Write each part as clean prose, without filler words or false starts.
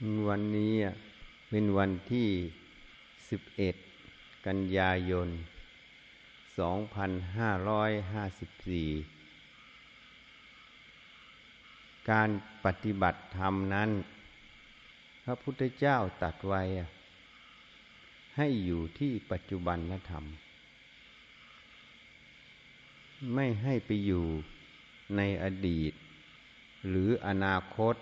วันนี้เป็นวันที่11กันยายน2554การปฏิบัติธรรมนั้นพระพุทธเจ้าตรัสไว้ให้อยู่ที่ปัจจุบันธรรมไม่ให้ไปอยู่ในอดีตหรืออนาคต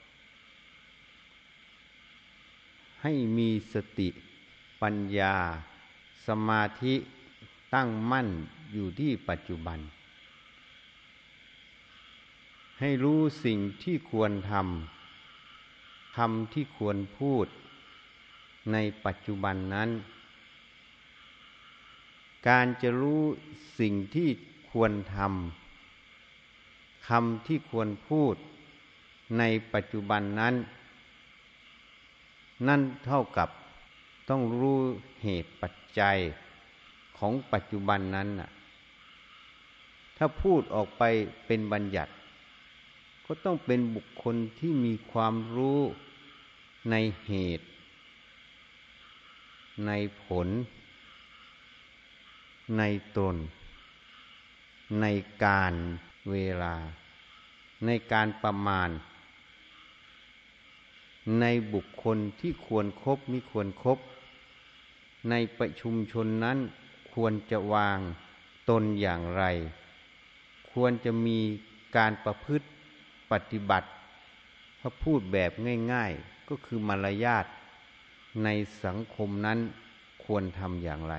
ให้มีสติปัญญาสมาธิตั้งมั่นอยู่ที่ปัจจุบันให้รู้สิ่งที่ควรทำคำที่ควรพูดในปัจจุบันนั้นการจะรู้สิ่งที่ควรทำคำที่ควรพูดในปัจจุบันนั้นนั่นเท่ากับต้องรู้เหตุปัจจัยของปัจจุบันนั้นถ้าพูดออกไปเป็นบัญญัติก็ต้องเป็นบุคคลที่มีความรู้ในเหตุในผลในตนในการเวลาในการประมาณในบุคคลที่ควรครบมิควรครบในประชุมชนนั้นควรจะวางตนอย่างไรควรจะมีการประพฤติปฏิบัติถ้าพูดแบบง่ายๆก็คือมารยาทในสังคมนั้นควรทำอย่างไร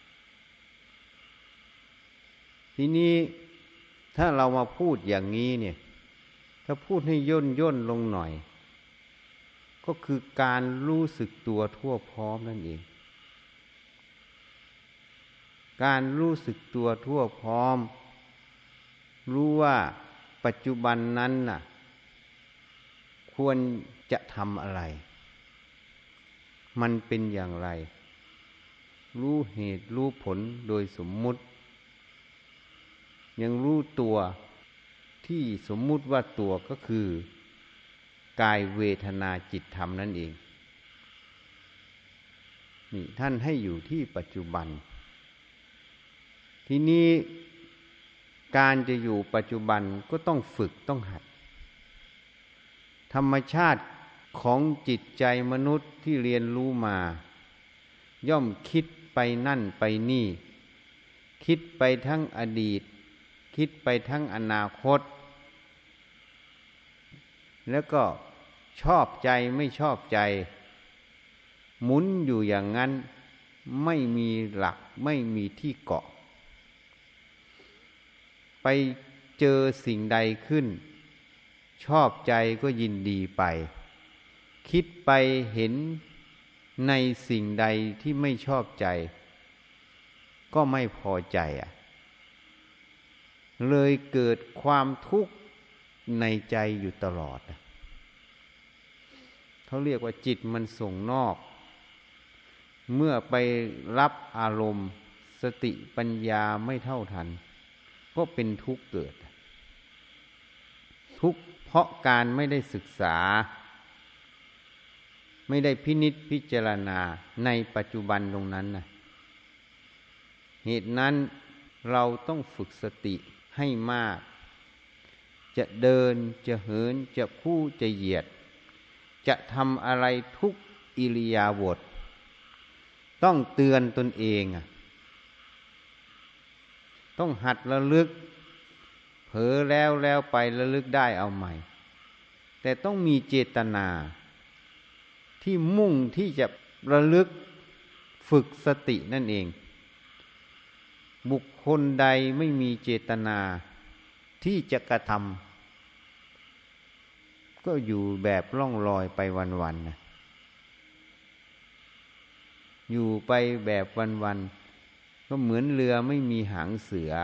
ทีนี้ถ้าเรามาพูดอย่างนี้เนี่ยถ้าพูดให้ย่นลงหน่อยก็คือการรู้สึกตัวทั่วพร้อมนั่นเองการรู้สึกตัวทั่วพร้อมรู้ว่าปัจจุบันนั้นควรจะทำอะไรมันเป็นอย่างไรรู้เหตุรู้ผลโดยสมมุติยังรู้ตัวที่สมมุติว่าตัวก็คือกายเวทนาจิตธรรมนั่นเองนี่ท่านให้อยู่ที่ปัจจุบันทีนี้การจะอยู่ปัจจุบันก็ต้องฝึกต้องหัดธรรมชาติของจิตใจมนุษย์ที่เรียนรู้มาย่อมคิดไปนั่นไปนี่คิดไปทั้งอดีตคิดไปทั้งอนาคตแล้วก็ชอบใจไม่ชอบใจหมุนอยู่อย่างนั้นไม่มีหลักไม่มีที่เกาะไปเจอสิ่งใดขึ้นชอบใจก็ยินดีไปคิดไปเห็นในสิ่งใดที่ไม่ชอบใจก็ไม่พอใจเลยเกิดความทุกข์ในใจอยู่ตลอดเขาเรียกว่าจิตมันส่งนอกเมื่อไปรับอารมณ์สติปัญญาไม่เท่าทันก็เป็นทุกข์เกิดทุกข์เพราะการไม่ได้ศึกษาไม่ได้พินิจพิจารณาในปัจจุบันตรงนั้นเหตุนั้นเราต้องฝึกสติให้มากจะเดินจะเหินจะคู่จะเหยียดจะทำอะไรทุกอิริยาบถต้องเตือนตนเองต้องหัดระลึกเผลอแล้วไประลึกได้เอาใหม่แต่ต้องมีเจตนาที่มุ่งที่จะระลึกฝึกสตินั่นเองบุคคลใดไม่มีเจตนาที่จะกระทำก็อยู่แบบล่องลอยไปวันๆอยู่ไปแบบวันๆก็เหมือนเรือไม่มีหางเสือ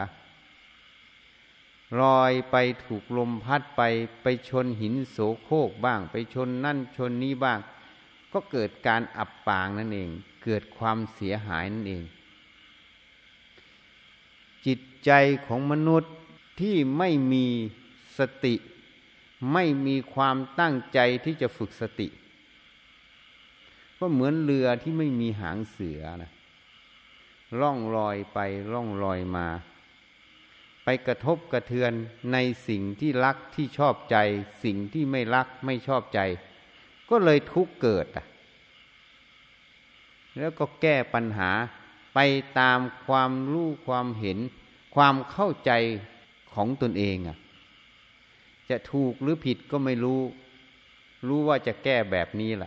ลอยไปถูกลมพัดไปชนหินโสโครกบ้างไปชนนั่นชนนี้บ้างก็เกิดการอับปางนั่นเองเกิดความเสียหายนั่นเองจิตใจของมนุษย์ที่ไม่มีสติไม่มีความตั้งใจที่จะฝึกสติก็เหมือนเรือที่ไม่มีหางเสือนะล่องลอยไปล่องลอยมาไปกระทบกระเทือนในสิ่งที่รักที่ชอบใจสิ่งที่ไม่รักไม่ชอบใจก็เลยทุกข์เกิดแล้วก็แก้ปัญหาไปตามความรู้ความเห็นความเข้าใจของตนเองจะถูกหรือผิดก็ไม่รู้ว่าจะแก้แบบนี้ล่ะ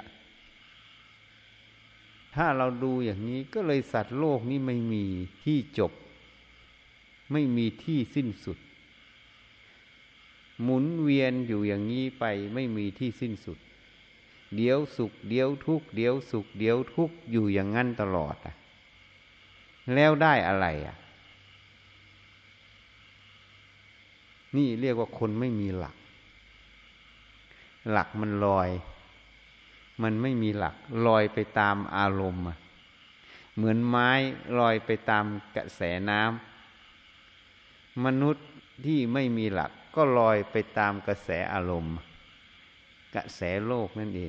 ถ้าเราดูอย่างนี้ก็เลยสัตว์โลกนี้ไม่มีที่จบไม่มีที่สิ้นสุดหมุนเวียนอยู่อย่างนี้ไปไม่มีที่สิ้นสุดเดี๋ยวสุขเดี๋ยวทุกข์เดี๋ยวสุขเดี๋ยวทุกข์อยู่อย่างนั้นตลอดแล้วได้อะไรนี่เรียกว่าคนไม่มีหลักมันลอยมันไม่มีหลักลอยไปตามอารมณ์เหมือนไม้ลอยไปตามกระแสน้ำมนุษย์ที่ไม่มีหลักก็ลอยไปตามกระแสอารมณ์กระแสโลกนั่นเอง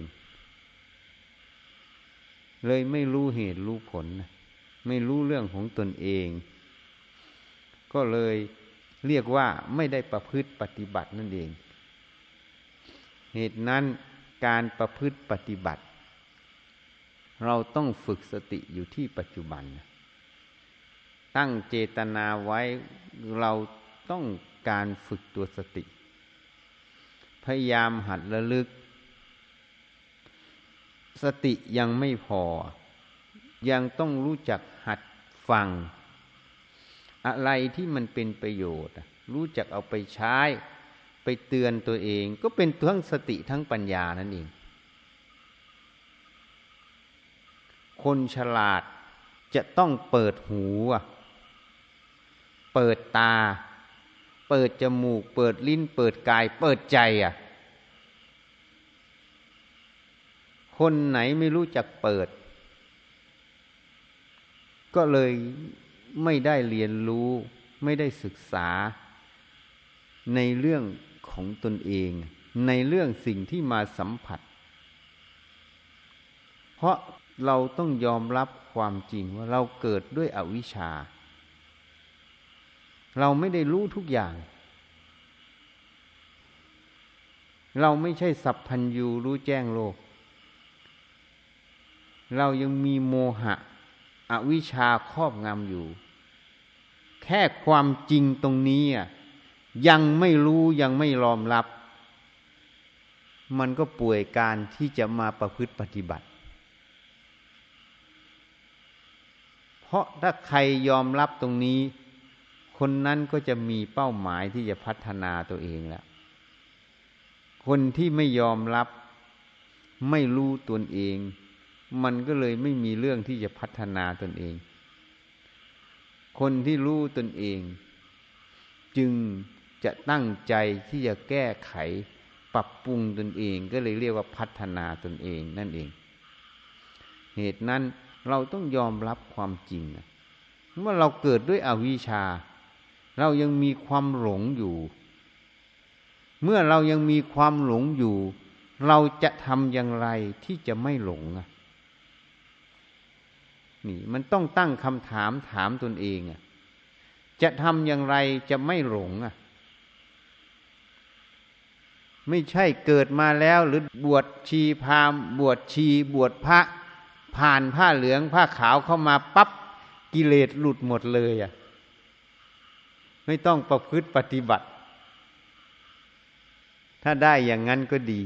เลยไม่รู้เหตุรู้ผลไม่รู้เรื่องของตนเองก็เลยเรียกว่าไม่ได้ประพฤติปฏิบัตินั่นเองเหตุนั้นการประพฤติปฏิบัติเราต้องฝึกสติอยู่ที่ปัจจุบันตั้งเจตนาไว้เราต้องการฝึกตัวสติพยายามหัดระลึกสติยังไม่พอยังต้องรู้จักหัดฟังอะไรที่มันเป็นประโยชน์รู้จักเอาไปใช้ไปเตือนตัวเองก็เป็นทั้งสติทั้งปัญญานั่นเองคนฉลาดจะต้องเปิดหูเปิดตาเปิดจมูกเปิดลิ้นเปิดกายเปิดใจคนไหนไม่รู้จักเปิดก็เลยไม่ได้เรียนรู้ไม่ได้ศึกษาในเรื่องของตนเองในเรื่องสิ่งที่มาสัมผัสเพราะเราต้องยอมรับความจริงว่าเราเกิดด้วยอวิชชาเราไม่ได้รู้ทุกอย่างเราไม่ใช่สัพพัญญูรู้แจ้งโลกเรายังมีโมหะอวิชชาครอบงำอยู่แค่ความจริงตรงนี้ยังไม่รู้ยังไม่ยอมรับมันก็ป่วยการที่จะมาประพฤติปฏิบัติเพราะถ้าใครยอมรับตรงนี้คนนั้นก็จะมีเป้าหมายที่จะพัฒนาตัวเองแล้วคนที่ไม่ยอมรับไม่รู้ตนเองมันก็เลยไม่มีเรื่องที่จะพัฒนาตนเองคนที่รู้ตนเองจึงจะตั้งใจที่จะแก้ไขปรับปรุงตนเองก็เลยเรียกว่าพัฒนาตนเองนั่นเองเหตุนั้นเราต้องยอมรับความจริงเมื่อเราเกิดด้วยอวิชชาเรายังมีความหลงอยู่เมื่อเรายังมีความหลงอยู่เราจะทำอย่างไรที่จะไม่หลงนี่มันต้องตั้งคำถามถามตนเองจะทำอย่างไรจะไม่หลงไม่ใช่เกิดมาแล้วหรือบวชชีพราหมณ์บวชชีบวชพระผ่านผ้าเหลืองผ้าขาวเข้ามาปั๊บกิเลสหลุดหมดเลยไม่ต้องประพฤติปฏิบัติถ้าได้อย่างนั้นก็ดี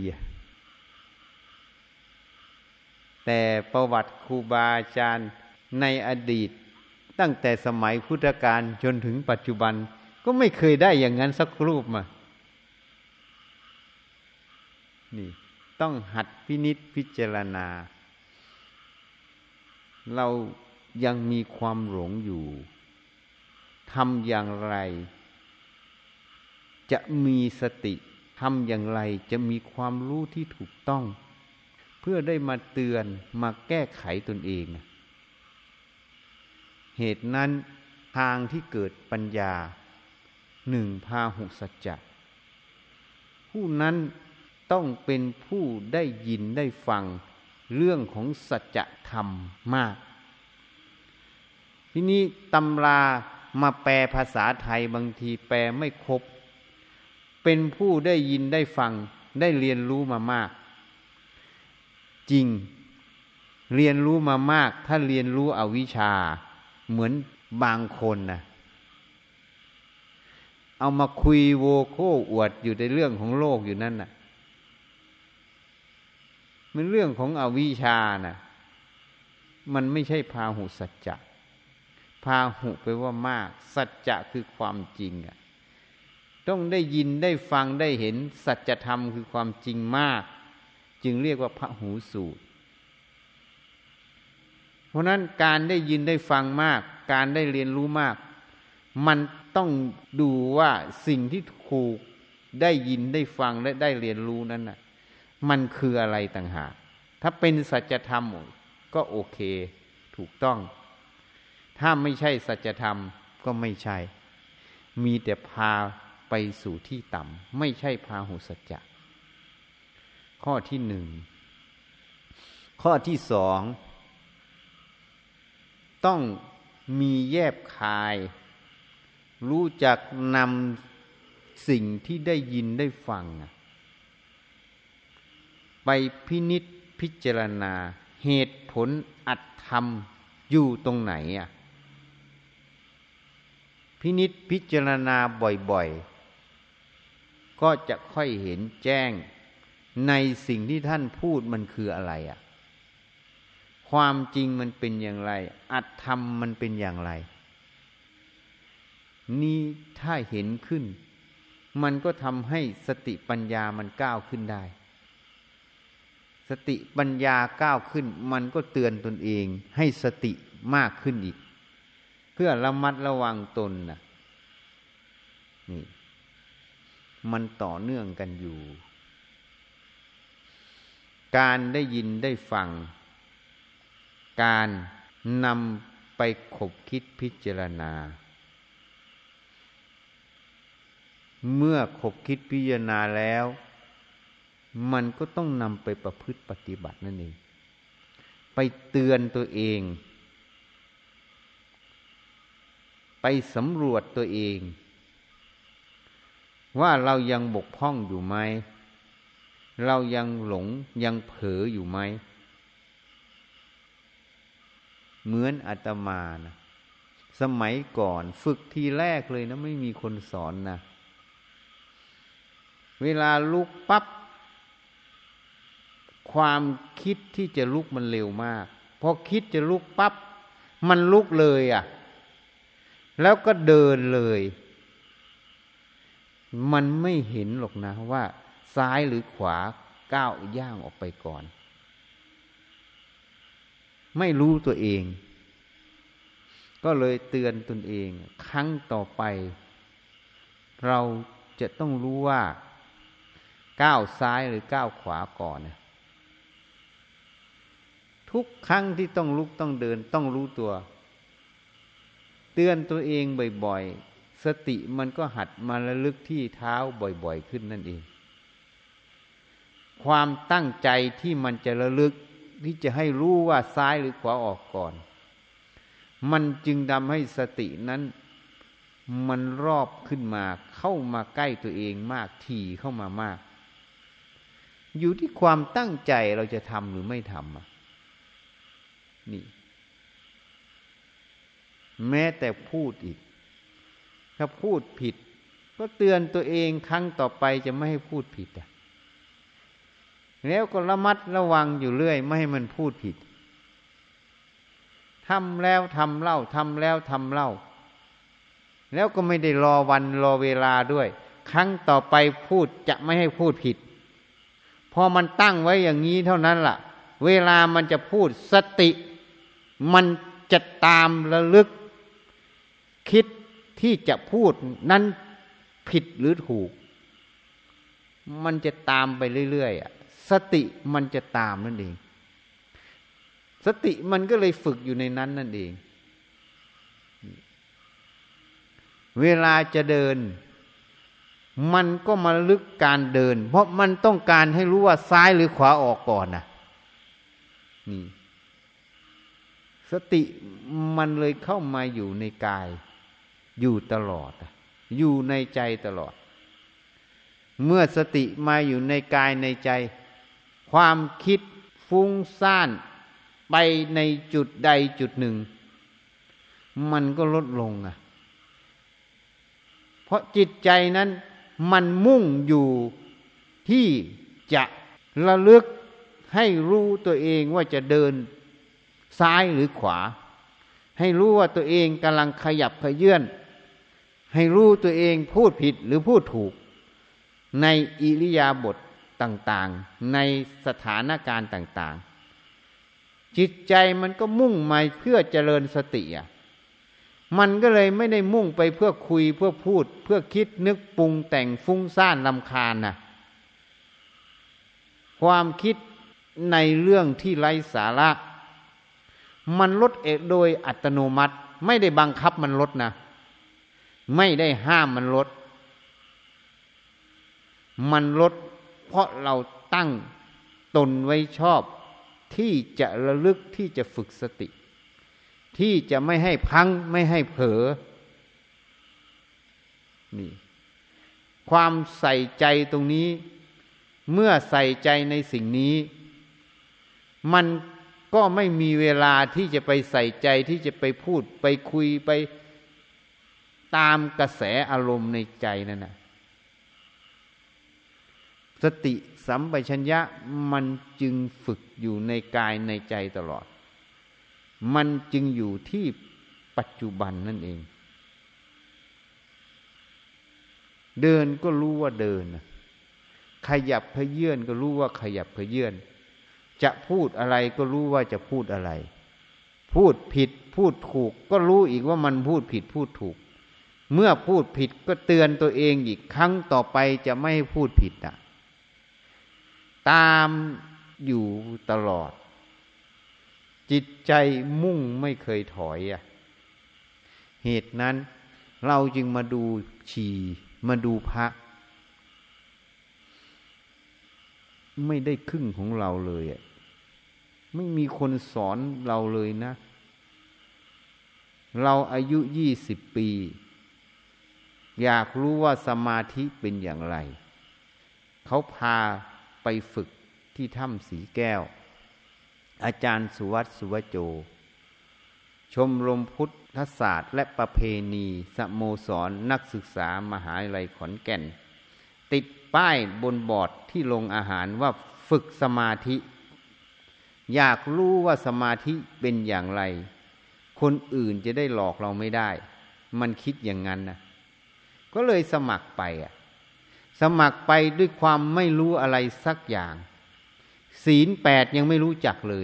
แต่ประวัติครูบาอาจารย์ในอดีตตั้งแต่สมัยพุทธกาลจนถึงปัจจุบันก็ไม่เคยได้อย่างนั้นสักรูปมานี่ต้องหัดพินิจพิจารณาเรายังมีความหลงอยู่ทำอย่างไรจะมีสติทำอย่างไรจะมีความรู้ที่ถูกต้องเพื่อได้มาเตือนมาแก้ไขตนเองเหตุนั้นทางที่เกิดปัญญาหนึ่งพาหุสัจจะผู้นั้นต้องเป็นผู้ได้ยินได้ฟังเรื่องของสัจธรรมมากทีนี้ตำรามาแปลภาษาไทยบางทีแปลไม่ครบเป็นผู้ได้ยินได้ฟังได้เรียนรู้มามากจริงเรียนรู้มามากถ้าเรียนรู้อวิชชาเหมือนบางคนนะเอามาคุยโวโค้อวดอยู่ในเรื่องของโลกอยู่นั่นน่ะมันเรื่องของอวิชชาน่ะมันไม่ใช่พาหุสัจจะพาหุไปว่ามากสัจจะคือความจริงอ่ะต้องได้ยินได้ฟังได้เห็นสัจธรรมคือความจริงมากจึงเรียกว่าพหูสูตรเพราะนั้นการได้ยินได้ฟังมากการได้เรียนรู้มากมันต้องดูว่าสิ่งที่ถูกได้ยินได้ฟังและได้เรียนรู้นั้นน่ะมันคืออะไรต่างหากถ้าเป็นสัจธรรมก็โอเคถูกต้องถ้าไม่ใช่สัจธรรมก็ไม่ใช่มีแต่พาไปสู่ที่ต่ำไม่ใช่พาหุสัจจะข้อที่หนึ่งข้อที่สองต้องมีแยบคายรู้จักนำสิ่งที่ได้ยินได้ฟังไปพินิจพิจารณาเหตุผลอัตธรรมอยู่ตรงไหนพินิจพิจารณาบ่อยๆก็จะค่อยเห็นแจ้งในสิ่งที่ท่านพูดมันคืออะไรความจริงมันเป็นอย่างไรอัตธรรมมันเป็นอย่างไรนี่ถ้าเห็นขึ้นมันก็ทำให้สติปัญญามันก้าวขึ้นได้สติปัญญาก้าวขึ้นมันก็เตือนตนเองให้สติมากขึ้นอีกเพื่อระมัดระวังตนนี่มันต่อเนื่องกันอยู่การได้ยินได้ฟังการนำไปขบคิดพิจารณาเมื่อขบคิดพิจารณาแล้วมันก็ต้องนำไปประพฤติปฏิบัตินั่นเองไปเตือนตัวเองไปสำรวจตัวเองว่าเรายังบกพร่องอยู่ไหมเรายังหลงยังเผลออยู่ไหมเหมือนอาตมานะสมัยก่อนฝึกทีแรกเลยนะไม่มีคนสอนนะเวลาลุกปั๊บความคิดที่จะลุกมันเร็วมากพอคิดจะลุกปั๊บมันลุกเลยแล้วก็เดินเลยมันไม่เห็นหรอกนะว่าซ้ายหรือขวาก้าวย่างออกไปก่อนไม่รู้ตัวเองก็เลยเตือนตนเองครั้งต่อไปเราจะต้องรู้ว่าก้าวซ้ายหรือก้าวขวาก่อนทุกครั้งที่ต้องลุกต้องเดินต้องรู้ตัวเตือนตัวเองบ่อยๆสติมันก็หัดมาระลึกที่เท้าบ่อยๆขึ้นนั่นเองความตั้งใจที่มันจะระลึกที่จะให้รู้ว่าซ้ายหรือขวาออกก่อนมันจึงทำให้สตินั้นมันรอบขึ้นมาเข้ามาใกล้ตัวเองมากถี่เข้ามามากอยู่ที่ความตั้งใจเราจะทำหรือไม่ทำนี่แม้แต่พูดอีกถ้าพูดผิดก็เตือนตัวเองครั้งต่อไปจะไม่ให้พูดผิดแล้วก็ระมัดระวังอยู่เรื่อยไม่ให้มันพูดผิดทำแล้วทำเล่าทำแล้วทำเล่าแล้วก็ไม่ได้รอวันรอเวลาด้วยครั้งต่อไปพูดจะไม่ให้พูดผิดพอมันตั้งไว้อย่างนี้เท่านั้นล่ะเวลามันจะพูดสติมันจะตามระลึกคิดที่จะพูดนั้นผิดหรือถูกมันจะตามไปเรื่อยๆสติมันจะตามนั่นเองสติมันก็เลยฝึกอยู่ในนั้นนั่นเองเวลาจะเดินมันก็มาระลึกการเดินเพราะมันต้องการให้รู้ว่าซ้ายหรือขวาออกก่อนนี่สติมันเลยเข้ามาอยู่ในกายอยู่ตลอดอยู่ในใจตลอดเมื่อสติมาอยู่ในกายในใจความคิดฟุ้งซ่านไปในจุดใดจุดหนึ่งมันก็ลดลงเพราะจิตใจนั้นมันมุ่งอยู่ที่จะระลึกให้รู้ตัวเองว่าจะเดินซ้ายหรือขวาให้รู้ว่าตัวเองกำลังขยับเขยื้อนให้รู้ตัวเองพูดผิดหรือพูดถูกในอิริยาบถต่างๆในสถานการณ์ต่างๆจิตใจมันก็มุ่งมาเพื่อเจริญสติมันก็เลยไม่ได้มุ่งไปเพื่อคุยเพื่อพูดเพื่อคิดนึกปรุงแต่งฟุ้งซ่านรำคาญความคิดในเรื่องที่ไร้สาระมันลดเองโดยอัตโนมัติไม่ได้บังคับมันลดนะไม่ได้ห้ามมันลดมันลดเพราะเราตั้งตนไว้ชอบที่จะระลึกที่จะฝึกสติที่จะไม่ให้พังไม่ให้เผลอนี่ความใส่ใจตรงนี้เมื่อใส่ใจในสิ่งนี้มันก็ไม่มีเวลาที่จะไปใส่ใจที่จะไปพูดไปคุยไปตามกระแสอารมณ์ในใจนั่นสติสัมปชัญญะมันจึงฝึกอยู่ในกายในใจตลอดมันจึงอยู่ที่ปัจจุบันนั่นเองเดินก็รู้ว่าเดินขยับเขยื้อนก็รู้ว่าขยับเขยื้อนจะพูดอะไรก็รู้ว่าจะพูดอะไรพูดผิดพูดถูกก็รู้อีกว่ามันพูดผิดพูดถูกเมื่อพูดผิดก็เตือนตัวเองอีกครั้งต่อไปจะไม่ให้พูดผิดตามอยู่ตลอดจิตใจมุ่งไม่เคยถอยเหตุนั้นเราจึงมาดูชีมาดูพระไม่ได้ครึ่งของเราเลยไม่มีคนสอนเราเลยนะเราอายุ20 ปีอยากรู้ว่าสมาธิเป็นอย่างไรเขาพาไปฝึกที่ถ้ำสีแก้วอาจารย์สุวัตสุวโจชมรมพุทธศาสตร์และประเพณีสโมสรนักศึกษามหาวิทยาลัยขอนแก่นติดป้ายบนบอร์ดที่โรงอาหารว่าฝึกสมาธิอยากรู้ว่าสมาธิเป็นอย่างไรคนอื่นจะได้หลอกเราไม่ได้มันคิดอย่างนั้นนะก็เลยสมัครไปสมัครไปด้วยความไม่รู้อะไรสักอย่างศีล 8ยังไม่รู้จักเลย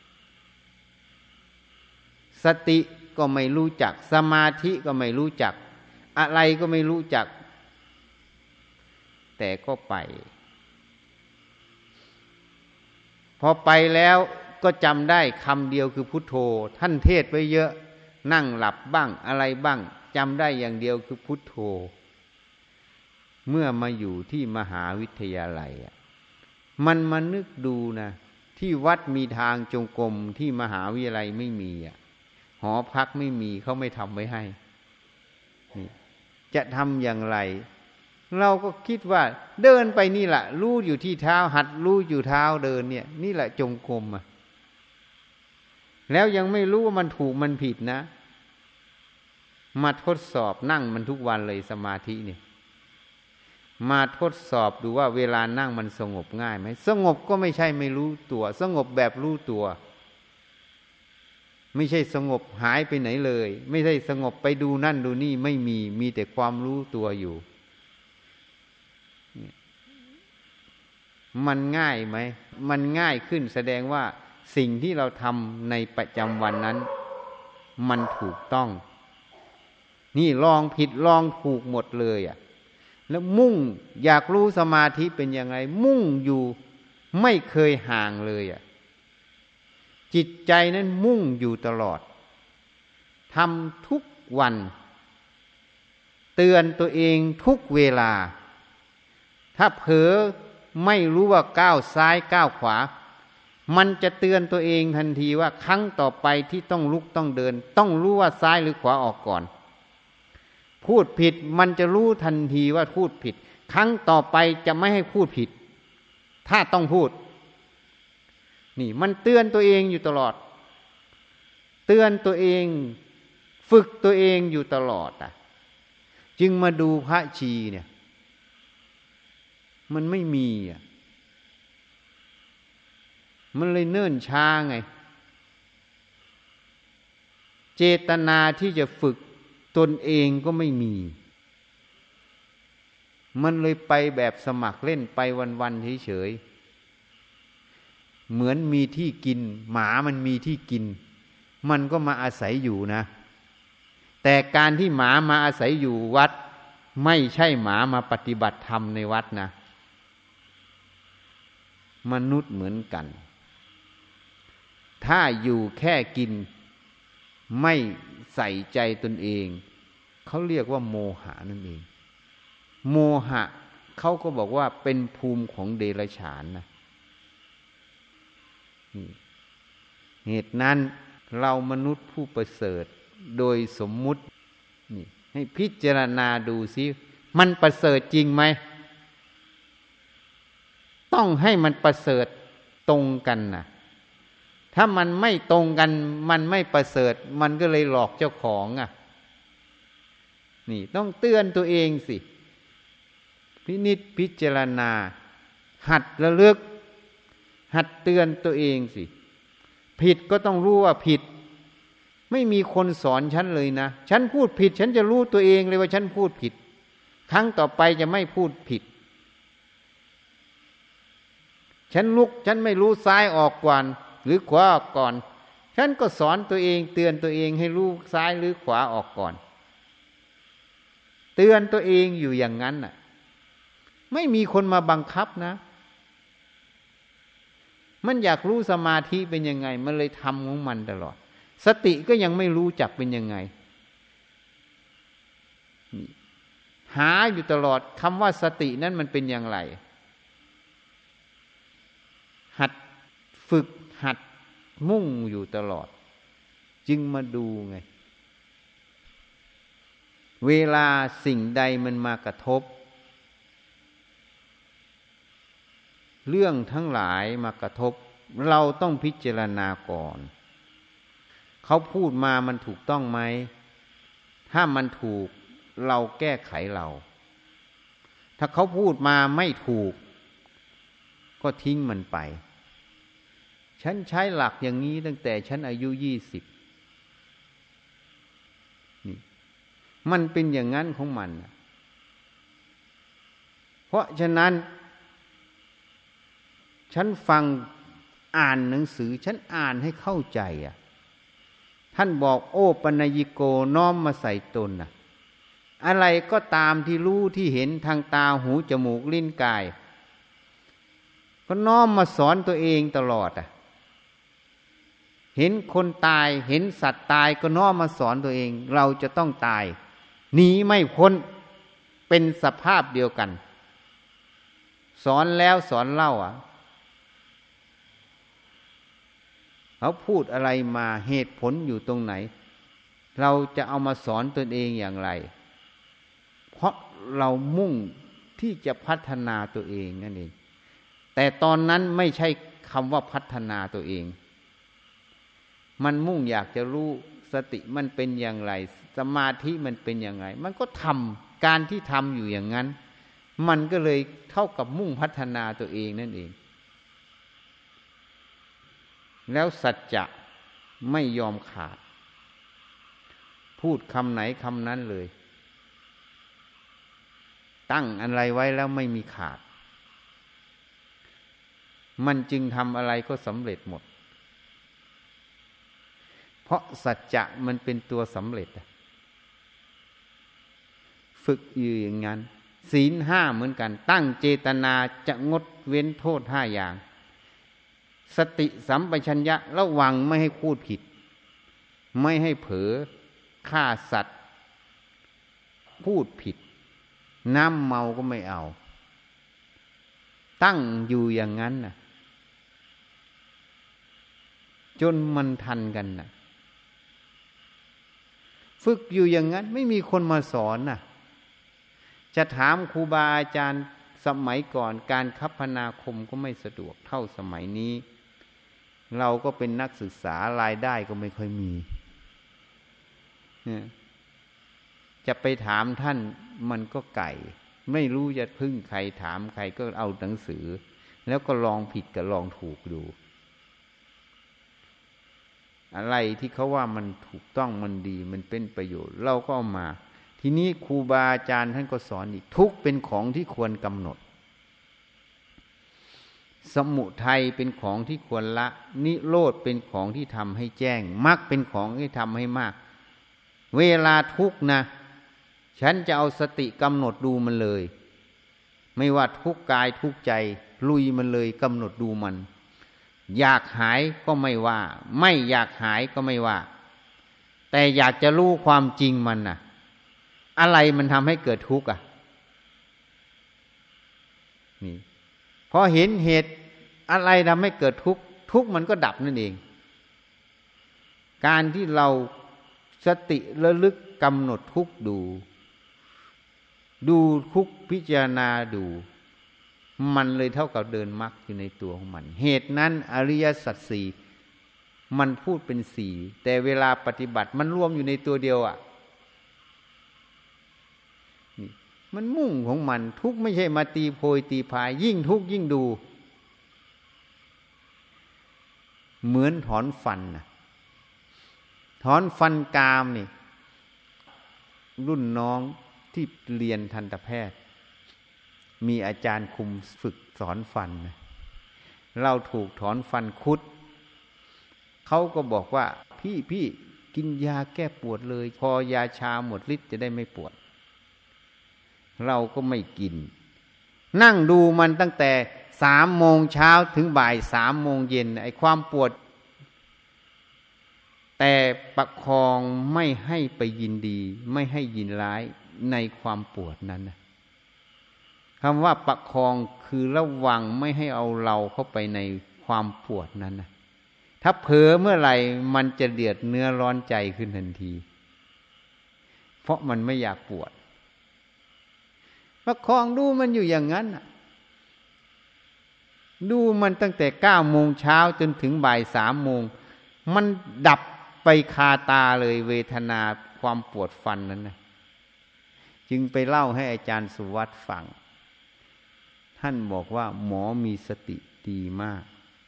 สติก็ไม่รู้จักสมาธิก็ไม่รู้จักอะไรก็ไม่รู้จักแต่ก็ไปพอไปแล้วก็จำได้คำเดียวคือพุทโธท่านเทศไว้เยอะนั่งหลับบ้างอะไรบ้างจำได้อย่างเดียวคือพุทโธเมื่อมาอยู่ที่มหาวิทยาลัยมันมานึกดูนะที่วัดมีทางจงกรมที่มหาวิทยาลัยไม่มีหอพักไม่มีเขาไม่ทำไว้ให้จะทำอย่างไรเราก็คิดว่าเดินไปนี่แหละรู้อยู่ที่เท้าหัดรู้อยู่เท้าเดินเนี่ยนี่แหละจงกรมแล้วยังไม่รู้ว่ามันถูกมันผิดนะมาทดสอบนั่งมันทุกวันเลยสมาธิเนี่ยมาทดสอบดูว่าเวลานั่งมันสงบง่ายไหมสงบก็ไม่ใช่ไม่รู้ตัวสงบแบบรู้ตัวไม่ใช่สงบหายไปไหนเลยไม่ใช่สงบไปดูนั่นดูนี่ไม่มีแต่ความรู้ตัวอยู่มันง่ายไหมมันง่ายขึ้นแสดงว่าสิ่งที่เราทำในประจำวันนั้นมันถูกต้องนี่ลองผิดลองถูกหมดเลยแล้วมุ่งอยากรู้สมาธิเป็นยังไงมุ่งอยู่ไม่เคยห่างเลยจิตใจนั้นมุ่งอยู่ตลอดทำทุกวันเตือนตัวเองทุกเวลาถ้าเผลอไม่รู้ว่าก้าวซ้ายก้าวขวามันจะเตือนตัวเองทันทีว่าครั้งต่อไปที่ต้องลุกต้องเดินต้องรู้ว่าซ้ายหรือขวาออกก่อนพูดผิดมันจะรู้ทันทีว่าพูดผิดครั้งต่อไปจะไม่ให้พูดผิดถ้าต้องพูดนี่มันเตือนตัวเองอยู่ตลอดเตือนตัวเองฝึกตัวเองอยู่ตลอดจึงมาดูพระชีเนี่ยมันไม่มีมันเลยเนิ่นช้าไงเจตนาที่จะฝึกตนเองก็ไม่มีมันเลยไปแบบสมัครเล่นไปวันๆเฉยๆเหมือนมีที่กินหมามันมีที่กินมันก็มาอาศัยอยู่นะแต่การที่หมามาอาศัยอยู่วัดไม่ใช่หมามาปฏิบัติธรรมในวัดนะมนุษย์เหมือนกันถ้าอยู่แค่กินไม่ใส่ใจตนเองเขาเรียกว่าโมหะนั่นเองโมหะเขาก็บอกว่าเป็นภูมิของเดรัจฉานนะเหตุนั้นเรามนุษย์ผู้ประเสริฐโดยสมมุตินี่ให้พิจารณาดูซิมันประเสริฐจริงไหมต้องให้มันประเสริฐตรงกันนะถ้ามันไม่ตรงกันมันไม่ประเสริฐมันก็เลยหลอกเจ้าของนี่ต้องเตือนตัวเองสิพินิจพิจารณาหัดระลึกหัดเตือนตัวเองสิผิดก็ต้องรู้ว่าผิดไม่มีคนสอนฉันเลยนะฉันพูดผิดฉันจะรู้ตัวเองเลยว่าฉันพูดผิดครั้งต่อไปจะไม่พูดผิดฉันลุกฉันไม่รู้ซ้ายออกก่อนหรือขวาออกก่อนฉันก็สอนตัวเองเตือนตัวเองให้รู้ซ้ายหรือขวาออกก่อนเตือนตัวเองอยู่อย่างนั้นน่ะไม่มีคนมาบังคับนะมันอยากรู้สมาธิเป็นยังไงมันเลยทำของมันตลอดสติก็ยังไม่รู้จักเป็นยังไงหาอยู่ตลอดคำว่าสตินั้นมันเป็นอย่างไรหัดฝึกหัดมุ่งอยู่ตลอดจึงมาดูไงเวลาสิ่งใดมันมากระทบเรื่องทั้งหลายมากระทบเราต้องพิจารณาก่อนเขาพูดมามันถูกต้องไหมถ้ามันถูกเราแก้ไขเราถ้าเขาพูดมาไม่ถูกก็ทิ้งมันไปฉันใช้หลักอย่างนี้ตั้งแต่ฉันอายุ20นี่มันเป็นอย่างนั้นของมันเพราะฉะนั้นฉันฟังอ่านหนังสือฉันอ่านให้เข้าใจท่านบอกโอปัญญิโกน้อมมาใส่ตนอะไรก็ตามที่รู้ที่เห็นทางตาหูจมูกลิ้นกายก็น้อมมาสอนตัวเองตลอดเห็นคนตายเห็นสัตว์ตายก็น้อมมาสอนตัวเองเราจะต้องตายหนีไม่พ้นเป็นสภาพเดียวกันสอนแล้วสอนเล่าเขาพูดอะไรมาเหตุผลอยู่ตรงไหนเราจะเอามาสอนตนเองอย่างไรเพราะเรามุ่งที่จะพัฒนาตัวเองนั่นเองแต่ตอนนั้นไม่ใช่คำว่าพัฒนาตัวเองมันมุ่งอยากจะรู้สติมันเป็นอย่างไรสมาธิมันเป็นอย่างไรมันก็ทำการที่ทำอยู่อย่างนั้นมันก็เลยเท่ากับมุ่งพัฒนาตัวเองนั่นเองแล้วสัจจะไม่ยอมขาดพูดคำไหนคำนั้นเลยตั้งอะไรไว้แล้วไม่มีขาดมันจึงทำอะไรก็สำเร็จหมดเพราะสัจจะมันเป็นตัวสำเร็จฝึกอยู่อย่างนั้นศีล5เหมือนกันตั้งเจตนาจะงดเว้นโทษ5อย่างสติสัมปชัญญะระวังไม่ให้พูดผิดไม่ให้เผลอฆ่าสัตว์พูดผิดน้ำเมาก็ไม่เอาตั้งอยู่อย่างนั้นจนมันทันกันน่ะฝึกอยู่อย่างนั้นไม่มีคนมาสอนน่ะจะถามครูบาอาจารย์สมัยก่อนการคัปนาคมก็ไม่สะดวกเท่าสมัยนี้เราก็เป็นนักศึกษารายได้ก็ไม่ค่อยมีจะไปถามท่านมันก็ไก่ไม่รู้จะพึ่งใครถามใครก็เอาหนังสือแล้วก็ลองผิดกับลองถูกดูอะไรที่เขาว่ามันถูกต้องมันดีมันเป็นประโยชน์เราก็เอามาทีนี้ครูบาอาจารย์ท่านก็สอนอีกทุกข์เป็นของที่ควรกำหนดสมุทัยเป็นของที่ควรละนิโรธเป็นของที่ทำให้แจ้งมรรคเป็นของที่ทำให้มากเวลาทุกข์นะฉันจะเอาสติกำหนดดูมันเลยไม่ว่าทุกข์กายทุกข์ใจลุยมันเลยกำหนดดูมันอยากหายก็ไม่ว่าไม่อยากหายก็ไม่ว่าแต่อยากจะรู้ความจริงมันน่ะอะไรมันทำให้เกิดทุกข์อ่ะนี่พอเห็นเหตุอะไรทำให้เกิดทุกข์ทุกข์มันก็ดับนั่นเองการที่เราสติระลึกกำหนดทุกข์ดูทุกข์พิจารณาดูมันเลยเท่ากับเดินมรรคอยู่ในตัวของมันเหตุนั้นอริยสัจสี่มันพูดเป็นสี่แต่เวลาปฏิบัติมันรวมอยู่ในตัวเดียวอ่ะนี่มันมุ่งของมันทุกข์ไม่ใช่มาตีโพยตีพายยิ่งทุกข์ยิ่งดูเหมือนถอนฟันนะถอนฟันกรามนี่รุ่นน้องที่เรียนทันตแพทย์มีอาจารย์คุมฝึกสอนฟันนะเราถูกถอนฟันคุดเขาก็บอกว่าพี่กินยาแก้ปวดเลยพอยาชาหมดฤทธิ์จะได้ไม่ปวดเราก็ไม่กินนั่งดูมันตั้งแต่3 โมงเช้าถึงบ่าย3 โมงเย็นไอ้ความปวดแต่ประคองไม่ให้ไปยินดีไม่ให้ยินร้ายในความปวดนั้นนะคำว่าประคองคือระวังไม่ให้เอาเราเข้าไปในความปวดนั้นนะถ้าเผลอเมื่อไหร่มันจะเดือดเนื้อร้อนใจขึ้นทันทีเพราะมันไม่อยากปวดประคองดูมันอยู่อย่างนั้นดูมันตั้งแต่9 โมงเช้าจนถึงบ่าย3 โมงมันดับไปคาตาเลยเวทนาความปวดฟันนั้นนะจึงไปเล่าให้อาจารย์สุวัตฟังท่านบอกว่าหมอมีสติดีมาก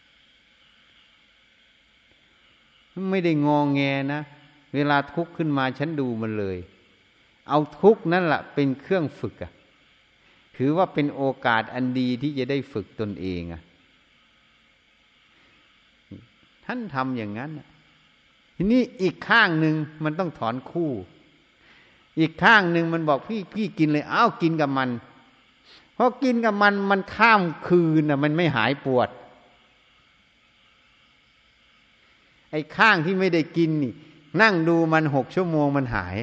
ไม่ได้งอแงนะเวลาทุกข์ขึ้นมาฉันดูมันเลยเอาทุกข์นั่นแหละเป็นเครื่องฝึกถือว่าเป็นโอกาสอันดีที่จะได้ฝึกตนเองท่านทำอย่างนั้นทีนี้อีกข้างหนึ่งมันต้องถอนคู่อีกข้างหนึ่งมันบอกพี่กินเลยอ้าวกินกับมันเพราะกินกับมันข้ามคืนมันไม่หายปวดไอ้ข้างที่ไม่ได้กินนี่นั่งดูมัน6 ชั่วโมงมันหาย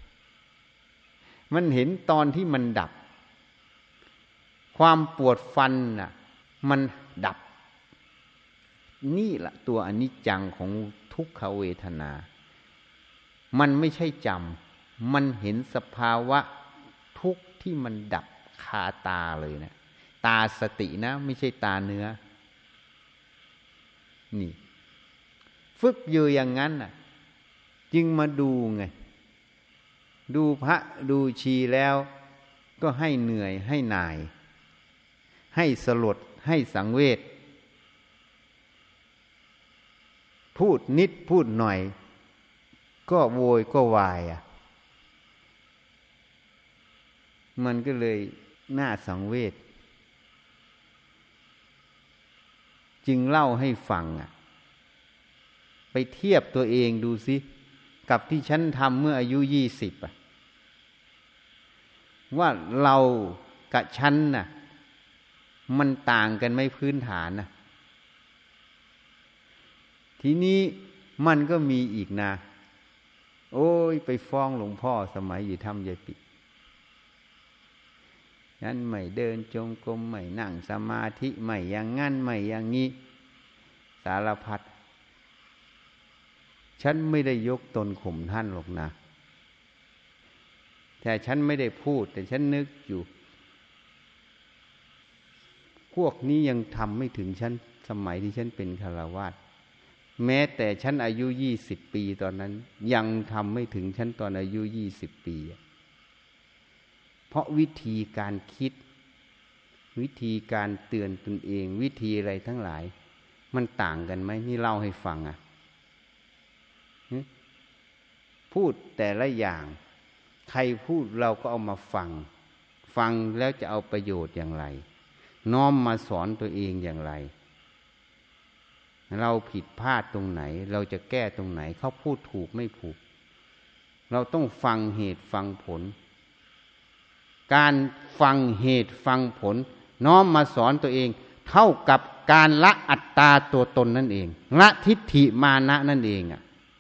มันเห็นตอนที่มันดับความปวดฟันมันดับนี่แหละตัวอนิจจังของทุกขเวทนามันไม่ใช่จำมันเห็นสภาวะทุกข์ที่มันดับคาตาเลยนะตาสตินะไม่ใช่ตาเนื้อนี่ฝึกอยู่อย่างนั้นจึงมาดูไงดูพระดูชีแล้วก็ให้เหนื่อยให้หน่ายให้สลดให้สังเวชพูดนิดพูดหน่อยก็โวยก็วายมันก็เลยน่าสังเวชจึงเล่าให้ฟังไปเทียบตัวเองดูสิกับที่ฉันทำเมื่ออายุ20ว่าเรากับฉันมันต่างกันไหมพื้นฐานทีนี้มันก็มีอีกนะโอ้ยไปฟ้องหลวงพ่อสมัยอยู่ถ้ำยายปินั้นไม่เดินจงกรมไม่นั่งสมาธิไม่อย่างงั้นไม่อย่างนี้สารพัดฉันไม่ได้ยกตนข่มท่านหรอกนะแต่ฉันไม่ได้พูดแต่ฉันนึกอยู่พวกนี้ยังทำไม่ถึงฉันสมัยที่ฉันเป็นฆราวาสแม้แต่ฉันอายุ20 ปีตอนนั้นยังทำไม่ถึงฉันตอนอายุ20 ปีเพราะวิธีการคิดวิธีการเตือนตนเองวิธีอะไรทั้งหลายมันต่างกันไหมนี่เล่าให้ฟังพูดแต่ละอย่างใครพูดเราก็เอามาฟังแล้วจะเอาประโยชน์อย่างไรน้อมมาสอนตัวเองอย่างไรเราผิดพลาดตรงไหนเราจะแก้ตรงไหนเขาพูดถูกไม่ถูกเราต้องฟังเหตุฟังผลการฟังเหตุฟังผลน้อมมาสอนตัวเองเท่ากับการละอัตตาตัวตนนั่นเองละทิฏฐิมานะนั่นเอง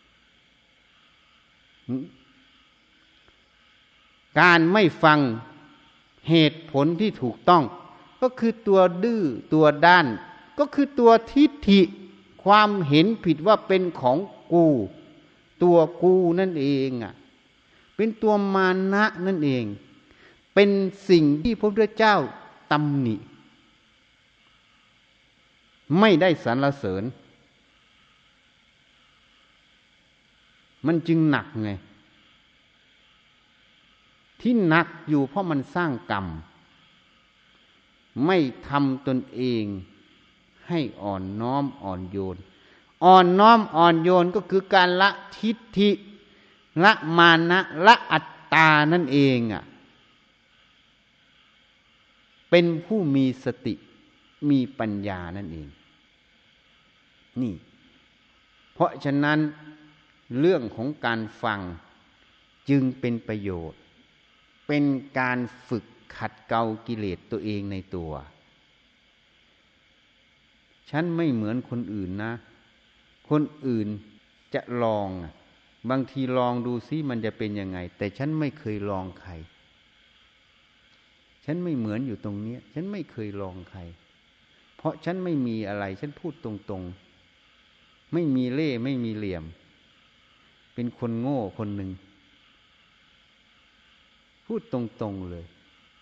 การไม่ฟังเหตุผลที่ถูกต้องก็คือตัวดื้อตัวด้านก็คือตัวทิฏฐิความเห็นผิดว่าเป็นของกูตัวกูนั่นเองเป็นตัวมานะนั่นเองเป็นสิ่งที่พระพุทธเจ้าตำหนิไม่ได้สรรเสริญมันจึงหนักไงที่หนักอยู่เพราะมันสร้างกรรมไม่ทำตนเองให้อ่อนน้อมอ่อนโยนอ่อนน้อมอ่อนโยนก็คือการละทิฏฐิละมานะละอัตตานั่นเองเป็นผู้มีสติมีปัญญานั่นเองนี่เพราะฉะนั้นเรื่องของการฟังจึงเป็นประโยชน์เป็นการฝึกขัดเกลากิเลสตัวเองในตัวฉันไม่เหมือนคนอื่นนะคนอื่นจะลองบางทีลองดูซิมันจะเป็นยังไงแต่ฉันไม่เคยลองใครฉันไม่เหมือนอยู่ตรงนี้ฉันไม่เคยลองใครเพราะฉันไม่มีอะไรฉันพูดตรงๆไม่มีเล่ห์ไม่มีเหลี่ยมเป็นคนโง่คนหนึ่งพูดตรงๆเลย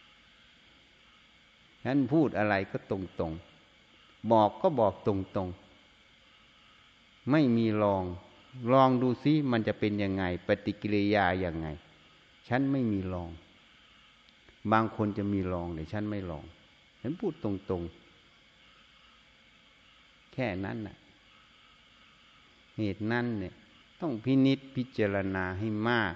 ฉันพูดอะไรก็ตรงๆบอกก็บอกตรงๆไม่มีลองดูซิมันจะเป็นยังไงปฏิกิริยาอย่างไงฉันไม่มีลองบางคนจะมีลองแต่ฉันไม่ลองฉันพูดตรงๆแค่นั้นน่ะเหตุนั้นเนี่ยต้องพินิจพิจารณาให้มาก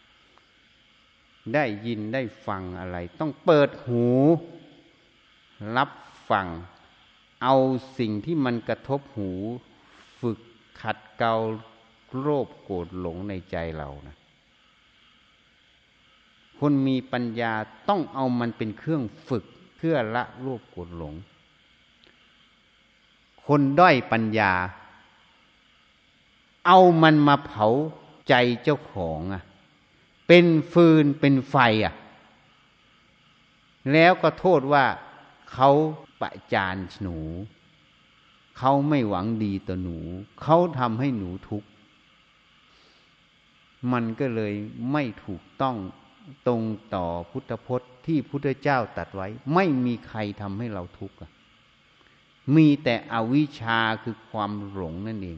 ได้ยินได้ฟังอะไรต้องเปิดหูรับฟังเอาสิ่งที่มันกระทบหูฝึกขัดเกลาโลภโกรธหลงในใจเรานะคนมีปัญญาต้องเอามันเป็นเครื่องฝึกเพื่อละโลภโกรธหลงคนด้อยปัญญาเอามันมาเผาใจเจ้าของเป็นฟืนเป็นไฟแล้วก็โทษว่าเขาประจานหนูเขาไม่หวังดีต่อหนูเขาทำให้หนูทุกข์มันก็เลยไม่ถูกต้องตรงต่อพุทธพจน์ที่พุทธเจ้าตรัสไว้ไม่มีใครทำให้เราทุกข์มีแต่อวิชชาคือความหลงนั่นเอง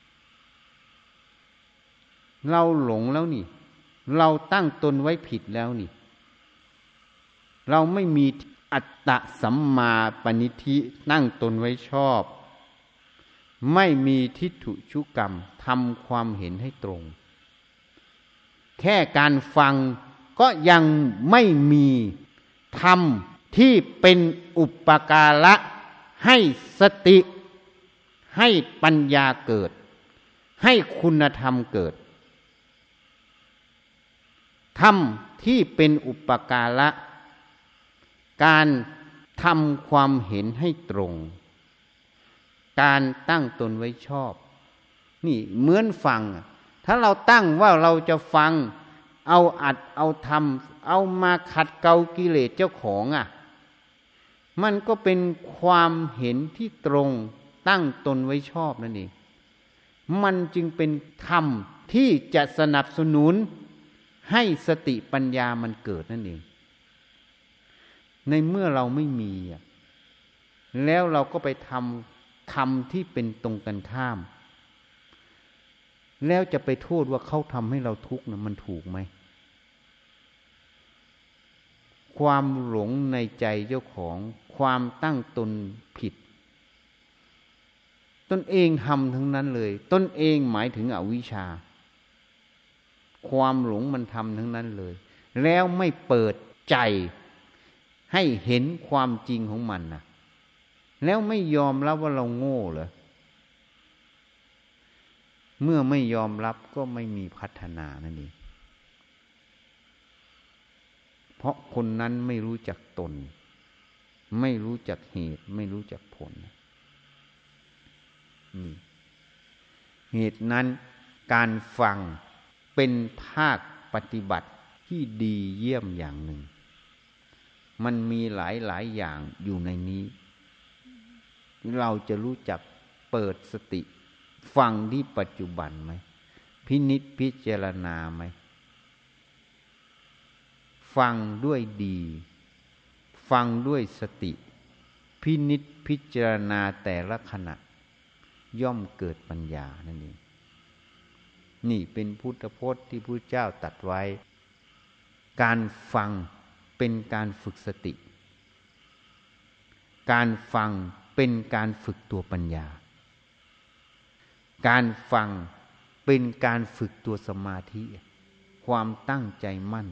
เราหลงแล้วนี่เราตั้งตนไว้ผิดแล้วนี่เราไม่มีอัตตะสัมมาปณิธิตั้งตนไว้ชอบไม่มีทิฏฐุชุกรรมทำความเห็นให้ตรงแค่การฟังก็ยังไม่มีธรรมที่เป็นอุปการะให้สติให้ปัญญาเกิดให้คุณธรรมเกิดธรรมที่เป็นอุปการะการทำความเห็นให้ตรงการตั้งตนไว้ชอบนี่เหมือนฟังถ้าเราตั้งว่าเราจะฟังเอาอัดเอาทำเอามาขัดเกลากิเลสเจ้าของมันก็เป็นความเห็นที่ตรงตั้งตนไว้ชอบนั่นเองมันจึงเป็นธรรมที่จะสนับสนุนให้สติปัญญามันเกิดนั่นเองในเมื่อเราไม่มีแล้วเราก็ไปทำธรรมที่เป็นตรงกันข้ามแล้วจะไปโทษว่าเขาทำให้เราทุกข์นะมันถูกไหมความหลงในใจเจ้าของความตั้งตนผิดตนเองทำทั้งนั้นเลยตนเองหมายถึงอวิชชาความหลงมันทำทั้งนั้นเลยแล้วไม่เปิดใจให้เห็นความจริงของมันนะแล้วไม่ยอมรับว่าเราโง่เหรอเมื่อไม่ยอมรับก็ไม่มีพัฒนานั่นเองเพราะคนนั้นไม่รู้จักตนไม่รู้จักเหตุไม่รู้จักผลเหตุนั้นการฟังเป็นภาคปฏิบัติที่ดีเยี่ยมอย่างหนึ่งมันมีหลายอย่างอยู่ในนี้เราจะรู้จักเปิดสติฟังที่ปัจจุบันไหมพินิจพิจารณาไหมฟังด้วยดีฟังด้วยสติพินิจพิจารณาแต่ละขณะย่อมเกิดปัญญานั่นเองนี่เป็นพุทธพจน์ที่พระเจ้าตรัสไว้การฟังเป็นการฝึกสติการฟังเป็นการฝึกตัวปัญญาการฟังเป็นการฝึกตัวสมาธิความตั้งใจมั่น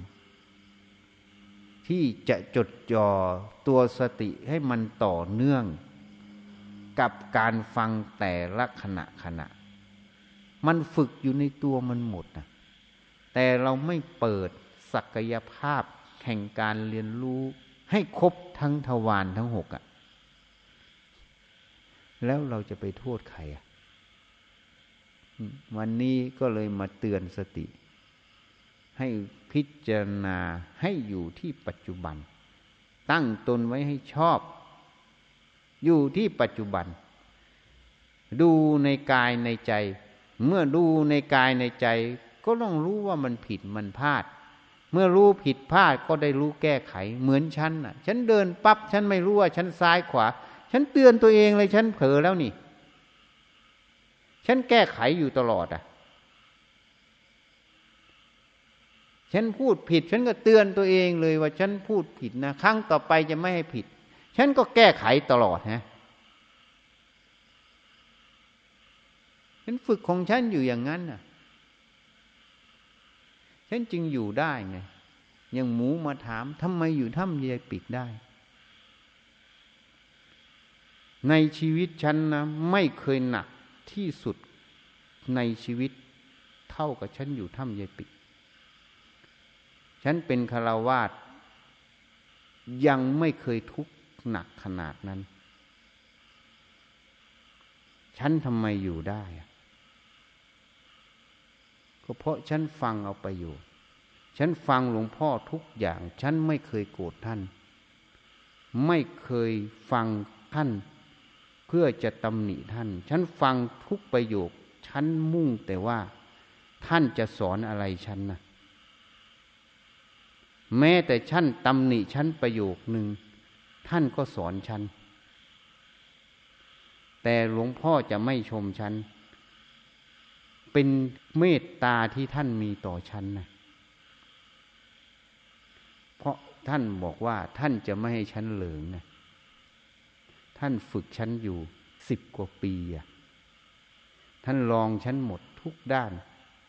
ที่จะจดจ่อตัวสติให้มันต่อเนื่องกับการฟังแต่ละขณะมันฝึกอยู่ในตัวมันหมดนะแต่เราไม่เปิดศักยภาพแห่งการเรียนรู้ให้ครบทั้งทวารทั้ง6แล้วเราจะไปโทษใครวันนี้ก็เลยมาเตือนสติให้พิจารณาให้อยู่ที่ปัจจุบันตั้งตนไว้ให้ชอบอยู่ที่ปัจจุบันดูในกายในใจเมื่อดูในกายในใจก็ต้องรู้ว่ามันผิดมันพลาดเมื่อรู้ผิดพลาดก็ได้รู้แก้ไขเหมือนฉันฉันเดินปั๊บฉันไม่รู้ว่าฉันซ้ายขวาฉันเตือนตัวเองเลยฉันเผลอแล้วนี่ฉันแก้ไขอยู่ตลอดฉันพูดผิดฉันก็เตือนตัวเองเลยว่าฉันพูดผิดนะครั้งต่อไปจะไม่ให้ผิดฉันก็แก้ไขตลอดฉันฝึกของฉันอยู่อย่างนั้นฉันจึงอยู่ได้ไงอย่างหมูมาถามทำไมอยู่ถ้ำยายปิกได้ในชีวิตฉันนะไม่เคยหนักที่สุดในชีวิตเท่ากับฉันอยู่ถ้ำยายปิกฉันเป็นฆราวาสยังไม่เคยทุกข์หนักขนาดนั้นฉันทำไมอยู่ได้ก็เพราะฉันฟังเอาประโยชน์ฉันฟังหลวงพ่อทุกอย่างฉันไม่เคยโกรธท่านไม่เคยฟังท่านเพื่อจะตำหนิท่านฉันฟังทุกประโยคฉันมุ่งแต่ว่าท่านจะสอนอะไรฉันนะแม้แต่ท่านตำหนิฉันประโยคนึงท่านก็สอนฉันแต่หลวงพ่อจะไม่ชมฉันเป็นเมตตาที่ท่านมีต่อฉันนะเพราะท่านบอกว่าท่านจะไม่ให้ฉันเหลิงนะท่านฝึกฉันอยู่10 กว่าปีท่านลองฉันหมดทุกด้าน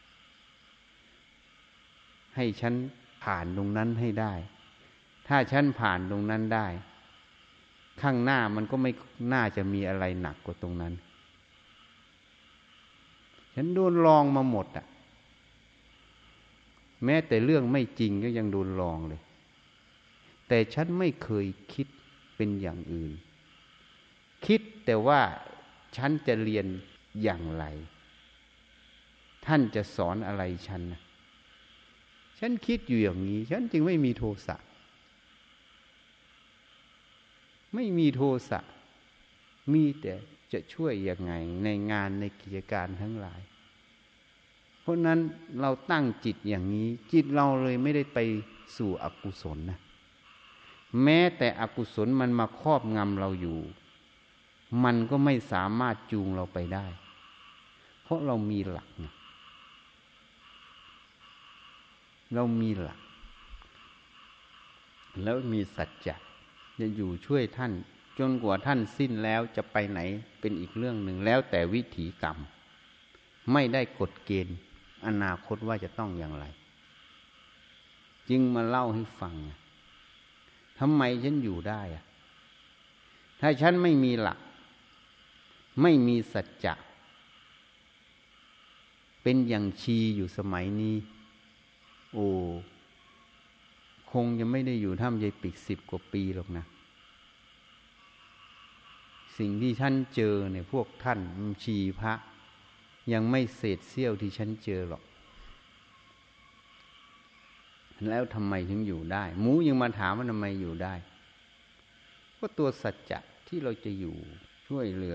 ให้ฉันผ่านตรงนั้นให้ได้ถ้าฉันผ่านตรงนั้นได้ข้างหน้ามันก็ไม่น่าจะมีอะไรหนักกว่าตรงนั้นฉันโดนลองมาหมดแม้แต่เรื่องไม่จริงก็ยังโดนลองเลยแต่ฉันไม่เคยคิดเป็นอย่างอื่นคิดแต่ว่าฉันจะเรียนอย่างไรท่านจะสอนอะไรฉันฉันคิดอยู่อย่างนี้ฉันจึงไม่มีโทสะไม่มีโทสะมีแต่จะช่วยยังไงในงานในกิจการทั้งหลายเพราะนั้นเราตั้งจิตอย่างนี้จิตเราเลยไม่ได้ไปสู่อกุศลนะแม้แต่อกุศลมันมาครอบงำเราอยู่มันก็ไม่สามารถจูงเราไปได้เพราะเรามีหลักนะเรามีหลักแล้วมีสัจจะจะอยู่ช่วยท่านจนกว่าท่านสิ้นแล้วจะไปไหนเป็นอีกเรื่องหนึ่งแล้วแต่วิถีกรรมไม่ได้กฎเกณฑ์อนาคตว่าจะต้องอย่างไรจึงมาเล่าให้ฟังทำไมฉันอยู่ได้ถ้าฉันไม่มีหลักไม่มีสัจจะเป็นอย่างชีอยู่สมัยนี้โอ้คงจะไม่ได้อยู่ถ้ำยายปิก10 กว่าปีหรอกนะสิ่งที่ท่านเจอเนี่ยพวกท่านชีพระยังไม่เศษเสี้ยวที่ฉันเจอหรอกแล้วทำไมถึงอยู่ได้หมูยังมาถามว่าทำไมอยู่ได้ก็ตัวสัจจะที่เราจะอยู่ช่วยเหลือ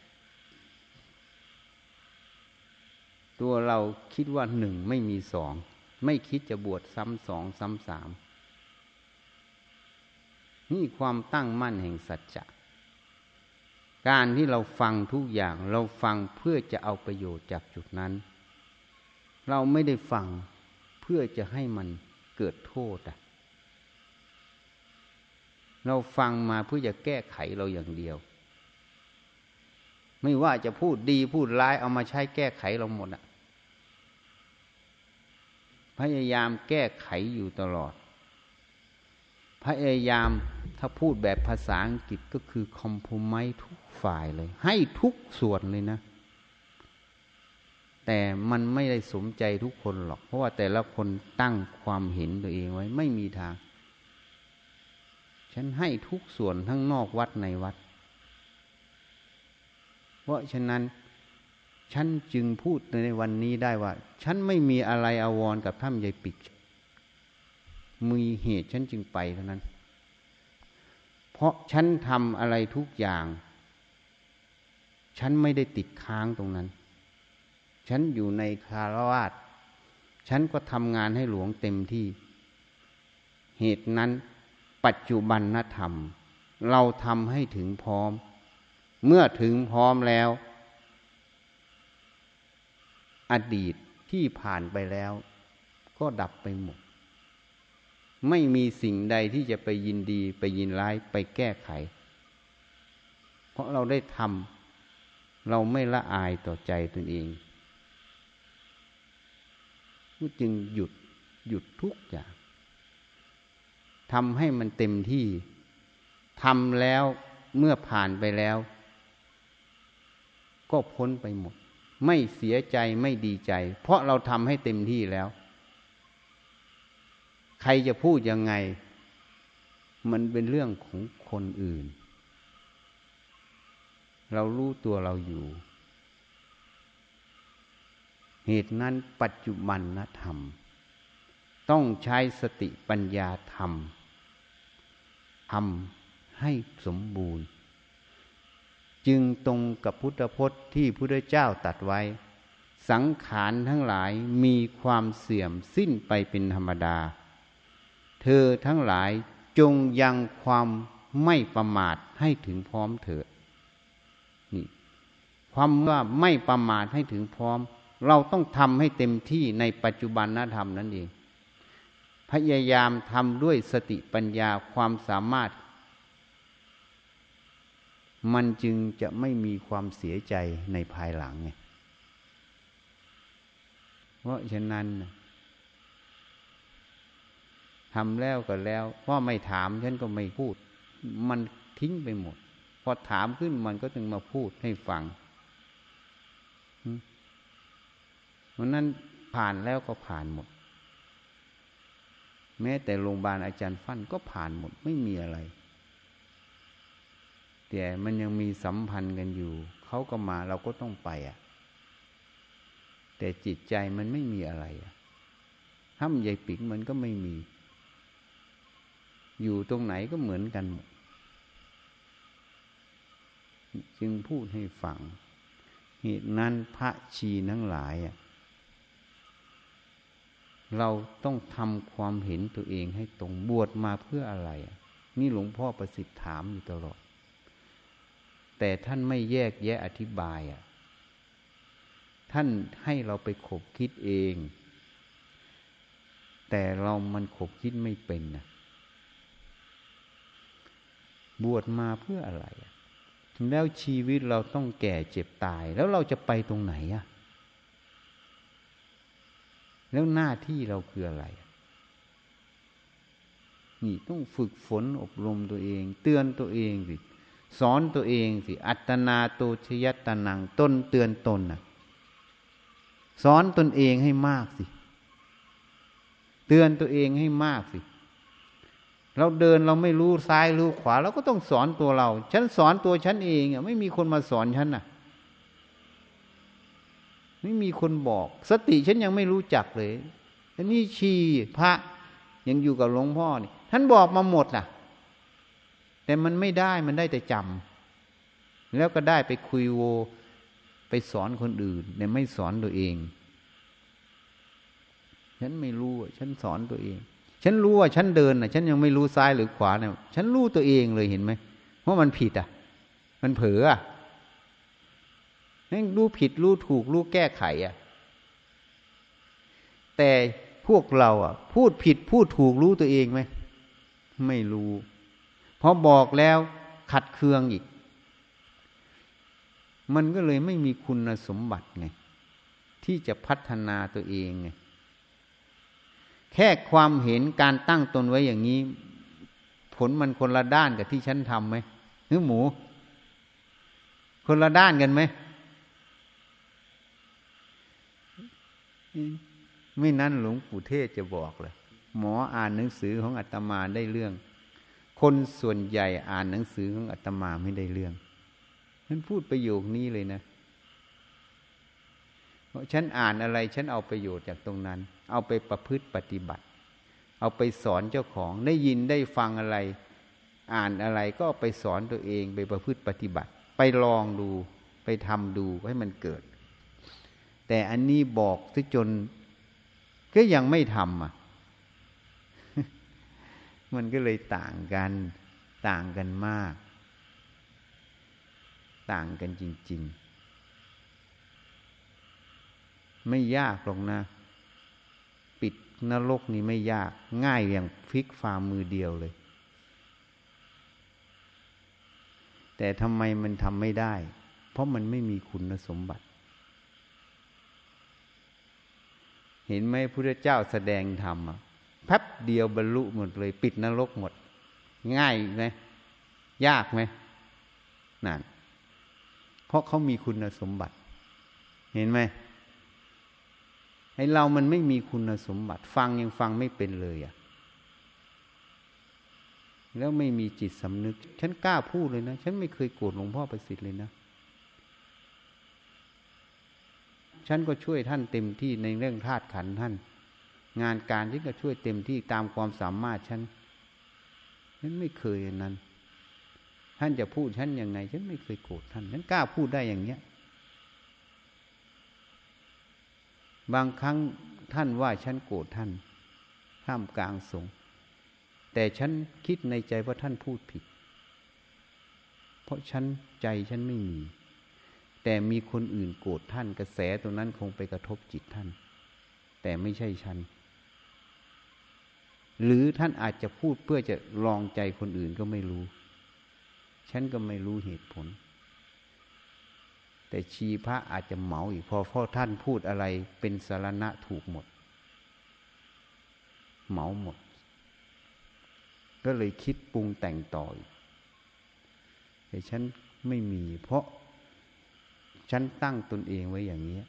ตัวเราคิดว่า1ไม่มี2ไม่คิดจะบวชซ้ำ2ซ้ำ3นี่ความตั้งมั่นแห่งสัจจะการที่เราฟังทุกอย่างเราฟังเพื่อจะเอาประโยชน์จากจุดนั้นเราไม่ได้ฟังเพื่อจะให้มันเกิดโทษเราฟังมาเพื่อจะแก้ไขเราอย่างเดียวไม่ว่าจะพูดดีพูดร้ายเอามาใช้แก้ไขเราหมดพยายามแก้ไขอยู่ตลอดพยายามถ้าพูดแบบภาษาอังกฤษก็คือคอมโพรไมซ์ทุกฝ่ายเลยให้ทุกส่วนเลยนะแต่มันไม่ได้สมใจทุกคนหรอกเพราะว่าแต่ละคนตั้งความเห็นตัวเองไว้ไม่มีทางฉันให้ทุกส่วนทั้งนอกวัดในวัดเพราะฉะนั้นฉันจึงพูดในวันนี้ได้ว่าฉันไม่มีอะไรอาวรณ์กับถ้ำยายปิกมีเหตุฉันจึงไปเท่านั้นเพราะฉันทำอะไรทุกอย่างฉันไม่ได้ติดค้างตรงนั้นฉันอยู่ในคฤหัสถ์ฉันก็ทำงานให้หลวงเต็มที่เหตุนั้นปัจจุบันธรรมเราทำให้ถึงพร้อมเมื่อถึงพร้อมแล้วอดีตที่ผ่านไปแล้วก็ดับไปหมดไม่มีสิ่งใดที่จะไปยินดีไปยินร้ายไปแก้ไขเพราะเราได้ทำเราไม่ละอายต่อใจตนเองจึงหยุดทุกอย่างทำให้มันเต็มที่ทำแล้วเมื่อผ่านไปแล้วก็พ้นไปหมดไม่เสียใจไม่ดีใจเพราะเราทำให้เต็มที่แล้วใครจะพูดยังไงมันเป็นเรื่องของคนอื่นเรารู้ตัวเราอยู่เหตุนั้นปัจจุบันธรรมต้องใช้สติปัญญาธรรมทำให้สมบูรณ์จึงตรงกับพุทธพจน์ที่พุทธเจ้าตรัสไว้สังขารทั้งหลายมีความเสื่อมสิ้นไปเป็นธรรมดาเธอทั้งหลายจงยังความไม่ประมาทให้ถึงพร้อมเถิดนี่ความว่าไม่ประมาทให้ถึงพร้อมเราต้องทำให้เต็มที่ในปัจจุบันธรรมนั่นเองพยายามทำด้วยสติปัญญาความสามารถมันจึงจะไม่มีความเสียใจในภายหลังไงเพราะฉะนั้นทำแล้วก็แล้วเพราะไม่ถามฉันก็ไม่พูดมันทิ้งไปหมดพอถามขึ้นมันก็จึงมาพูดให้ฟังเพราะนั้นผ่านแล้วก็ผ่านหมดแม้แต่โรงพยาบาลอาจารย์ฟั่นก็ผ่านหมดไม่มีอะไรแต่มันยังมีสัมพันธ์กันอยู่เขาก็มาเราก็ต้องไปแต่จิตใจมันไม่มีอะไรถ้ำยายปิกมันก็ไม่มีอยู่ตรงไหนก็เหมือนกันจึงพูดให้ฟังเหตุนั้นพระชีทั้งหลายเราต้องทำความเห็นตัวเองให้ตรงบวชมาเพื่ออะไรนี่หลวงพ่อประสิทธิ์ถามอยู่ตลอดแต่ท่านไม่แยกแยะอธิบายท่านให้เราไปขบคิดเองแต่มันขบคิดไม่เป็นบวชมาเพื่ออะไรแล้วชีวิตเราต้องแก่เจ็บตายแล้วเราจะไปตรงไหนแล้วหน้าที่เราคืออะไรนี่ต้องฝึกฝนอบรมตัวเองเตือนตัวเองสิสอนตัวเองสิอัตตนาโตชยัตตนังตนเตือนตนสอนตนเองให้มากสิเตือนตัวเองให้มากสิเราเดินเราไม่รู้ซ้ายรู้ขวาเราก็ต้องสอนตัวเราฉันสอนตัวฉันเองไม่มีคนมาสอนฉันไม่มีคนบอกสติฉันยังไม่รู้จักเลยอันนี้ชีพระยังอยู่กับหลวงพ่อนี่ท่านบอกมาหมดแต่มันไม่ได้มันได้แต่จำแล้วก็ได้ไปคุยโวไปสอนคนอื่นแต่ไม่สอนตัวเองฉันไม่รู้ฉันสอนตัวเองฉันรู้ว่าฉันเดินฉันยังไม่รู้ซ้ายหรือขวาฉันรู้ตัวเองเลยเห็นไหมว่ามันผิดมันเผลอรู้ผิดรู้ถูกรู้แก้ไขแต่พวกเราพูดผิดพูดถูกรู้ตัวเองไหมไม่รู้เพราะบอกแล้วขัดเคืองอีกมันก็เลยไม่มีคุณสมบัติไงที่จะพัฒนาตัวเองไงแค่ความเห็นการตั้งตนไว้อย่างนี้ผลมันคนละด้านกับที่ฉันทำไหมหรือหมูคนละด้านกันไหมไม่นั้นหลวงปู่เทศจะบอกเลยหมออ่านหนังสือของอาตมาได้เรื่องคนส่วนใหญ่อ่านหนังสือของอาตมาไม่ได้เรื่องฉันพูดประโยคนี้เลยนะเพราะฉันอ่านอะไรฉันเอาประโยชน์จากตรงนั้นเอาไปประพฤติปฏิบัติเอาไปสอนเจ้าของได้ยินได้ฟังอะไรอ่านอะไรก็ไปสอนตัวเองไปประพฤติปฏิบัติไปลองดูไปทำดูให้มันเกิดแต่อันนี้บอกซะจนก็ยังไม่ทำมันก็เลยต่างกันมากต่างกันจริงๆไม่ยากหรอกนะปิดนรกนี่ไม่ยากง่ายอย่างพลิกฝ่ามือเดียวเลยแต่ทำไมมันทำไม่ได้เพราะมันไม่มีคุณสมบัติเห็นไหมพระพุทธเจ้าแสดงธรรมแป๊บเดียวบรรลุหมดเลยปิดนรกหมดง่ายไหมยากไหมนั่นเพราะเขามีคุณสมบัติเห็นไหมไอ้เรามันไม่มีคุณสมบัติฟังยังฟังไม่เป็นเลยแล้วไม่มีจิตสำนึกฉันกล้าพูดเลยนะฉันไม่เคยโกรธหลวงพ่อประสิทธิ์เลยนะฉันก็ช่วยท่านเต็มที่ในเรื่องธาตุขันธ์ท่านงานการที่ก็ช่วยเต็มที่ตามความสามารถฉันไม่เคยอย่างนั้นท่านจะพูดฉันยังไงฉันไม่เคยโกรธท่านฉันกล้าพูดได้อย่างเนี้ยบางครั้งท่านว่าฉันโกรธท่านท่ามกลางสงฆ์แต่ฉันคิดในใจว่าท่านพูดผิดเพราะใจฉันไม่มีแต่มีคนอื่นโกรธท่านกระแสตรงนั้นคงไปกระทบจิตท่านแต่ไม่ใช่ฉันหรือท่านอาจจะพูดเพื่อจะลองใจคนอื่นก็ไม่รู้ฉันก็ไม่รู้เหตุผลแต่ชีพระอาจจะเหมาอีกเพราะท่านพูดอะไรเป็นสารณะถูกหมดเหมาหมดก็เลยคิดปรุงแต่งต่ออีกแต่ฉันไม่มีเพราะฉันตั้งตนเองไว้อย่างนี้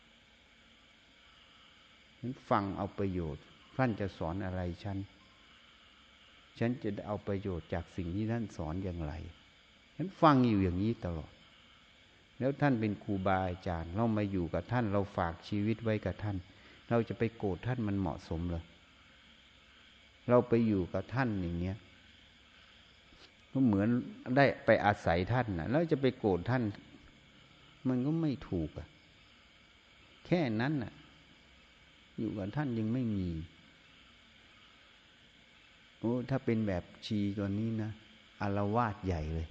ฉันฟังเอาประโยชน์ท่านจะสอนอะไรฉันจะเอาประโยชน์จากสิ่งที่ท่านสอนอย่างไรฉันฟังอยู่อย่างนี้ตลอดแล้วท่านเป็นครูบาอาจารย์เรามาอยู่กับท่านเราฝากชีวิตไว้กับท่านเราจะไปโกรธท่านมันเหมาะสมเหรอเราไปอยู่กับท่านอย่างเงี้ยก็เหมือนได้ไปอาศัยท่านนะแล้วจะไปโกรธท่านมันก็ไม่ถูกอะแค่นั้นน่ะอยู่กับท่านยังไม่มีโอ้ถ้าเป็นแบบชีตัวนี้นะอาละวาดใหญ่เลย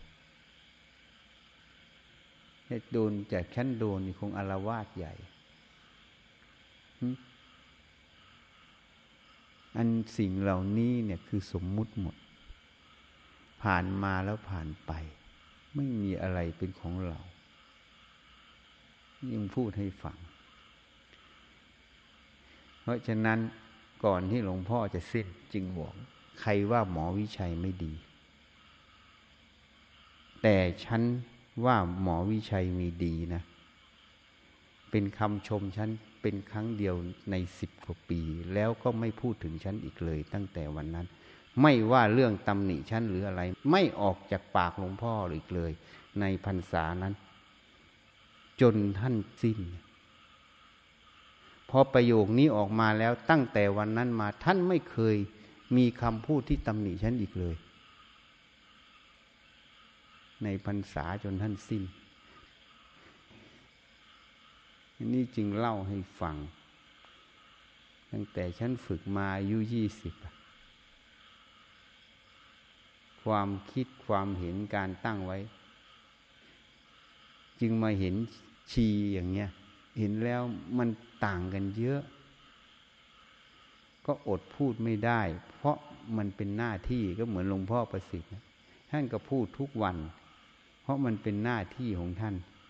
โดนจากชั้นโดนนี่คงอาละวาดใหญ่อันสิ่งเหล่านี้เนี่ยคือสมมุติหมดผ่านมาแล้วผ่านไปไม่มีอะไรเป็นของเรายิ่งพูดให้ฟังเพราะฉะนั้นก่อนที่หลวงพ่อจะสิ้นจึงบอกใครว่าหมอวิชัยไม่ดีแต่ฉันว่าหมอวิชัยมีดีนะเป็นคำชมฉันเป็นครั้งเดียวใน10 กว่าปีแล้วก็ไม่พูดถึงฉันอีกเลยตั้งแต่วันนั้นไม่ว่าเรื่องตำหนิฉันหรืออะไรไม่ออกจากปากหลวงพ่ออีกเลยในพรรษานั้นจนท่านสิ้นพอประโยคนี้ออกมาแล้วตั้งแต่วันนั้นมาท่านไม่เคยมีคำพูดที่ตำหนิฉันอีกเลยในพรรษาจนท่านสิ้นนี่จึงเล่าให้ฟังตั้งแต่ฉันฝึกมาอายุ20ความคิดความเห็นการตั้งไว้จึงมาเห็นชีอย่างเงี้ยเห็นแล้วมันต่างกันเยอะก็อดพูดไม่ได้เพราะมันเป็นหน้าที่ก็เหมือนหลวงพ่อประสิทธิ์ท่านก็พูดทุกวันเพราะมันเป็นหน้าที่ของท่าน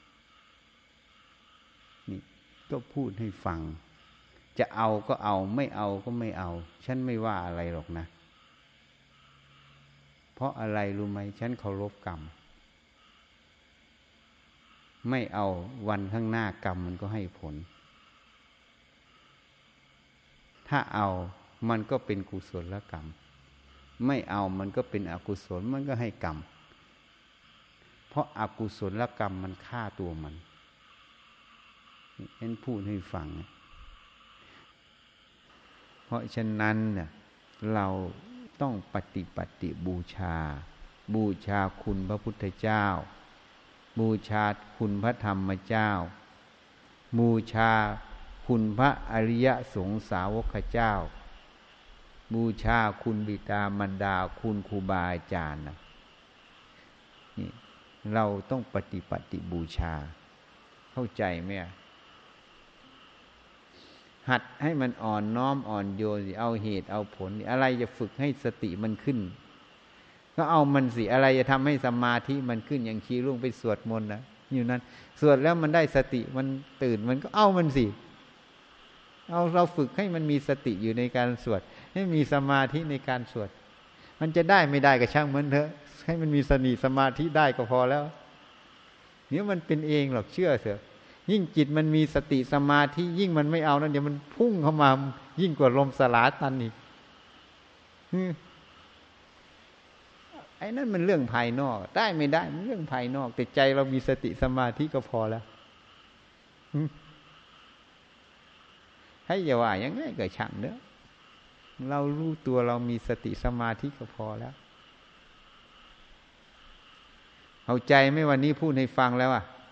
นี่ก็พูดให้ฟังจะเอาก็เอาไม่เอาก็ไม่เอาฉันไม่ว่าอะไรหรอกนะเพราะอะไรรู้ไหมฉันเคารพกรรมไม่เอาวันข้างหน้ากรรมมันก็ให้ผลถ้าเอามันก็เป็นกุศลกรรมไม่เอามันก็เป็นอกุศลมันก็ให้กรรมเพราะอกุศลกรรมมันฆ่าตัวมันฉันพูดให้ฟังเพราะฉะนั้นเนี่ยเราต้องปฏิบูชาคุณพระพุทธเจ้าบูชาคุณพระธรรมเจ้าบูชาคุณพระอริยสงสาวกเจ้าบูชาคุณบิดามารดาคุณครูบาอาจารย์นี่เราต้องปฏิบูชาเข้าใจไหมหัดให้มันอ่อนน้อมอ่อนโยนสิเอาเหตุเอาผลอะไรจะฝึกให้สติมันขึ้นก็เอามันสิอะไรจะทำให้สมาธิมันขึ้นอย่างชีรุ่งไปสวดมนต์นะอยู่นั้นสวดแล้วมันได้สติมันตื่นมันก็เอามันสิเอาเราฝึกให้มันมีสติอยู่ในการสวดให้มีสมาธิในการสวดมันจะได้ไม่ได้ก็ช่างมันเถอะให้มันมีสมาธิได้ก็พอแล้วเนี่ยมันเป็นเองหรอกเชื่อเถอะยิ่งจิตมันมีสติสมาธิยิ่งมันไม่เอานั่นเดี๋ยวมันพุ่งเข้ามายิ่งกว่าลมสลาตันอีกไอ้นั่นมันเรื่องภายนอกได้ไม่ได้มันเรื่องภายนอกแต่ใจเรามีสติสมาธิก็พอแล้วให้อย่าว่าอย่างไรก็ช่างเนอะเรารู้ตัวเรามีสติสมาธิก็พอแล้วเข้าใจไหมวันนี้พูดให้ฟังแล้ว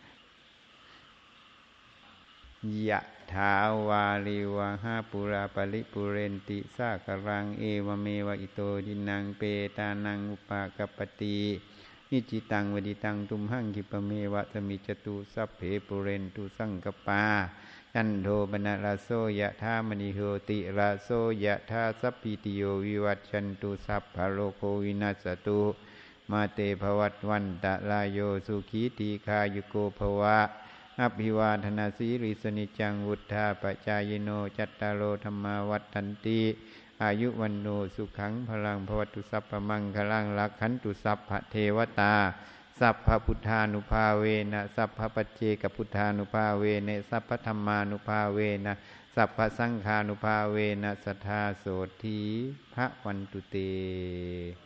ยะถาวาลิวะหาปุราปริปุเรนติสากรังเอวเมวะอิโตดินังเปตานังอุปากปตินิจิตังวดิตังตุมหังคิปเมวะสมิจตุสัพเพปุเรนตุสังกปาจันโทปนะราโสยะธามณิโหติราโสยะธาสัพพิติโยวิวัชชันตุสัพพะโลกวินัสสตุมาเตภวัตวันตะลายโยสุขีตีคายุโกภวะอภิวาทนาสีริสนิจังวุธาปจายโนจัตตารโอธรรมาวัฏฏันติอายุวันโนสุขังพลังภวตุสัพพมังคลังลักขันตุสัพพเทวตาสัพพพุทธานุภาเวนะสัพพปัจเจกพุทธานุภาเวนะสัพพธัมมานุภาเวนะสัพพสังฆานุภาเวนะสัทธาโสธีพระวันตุเต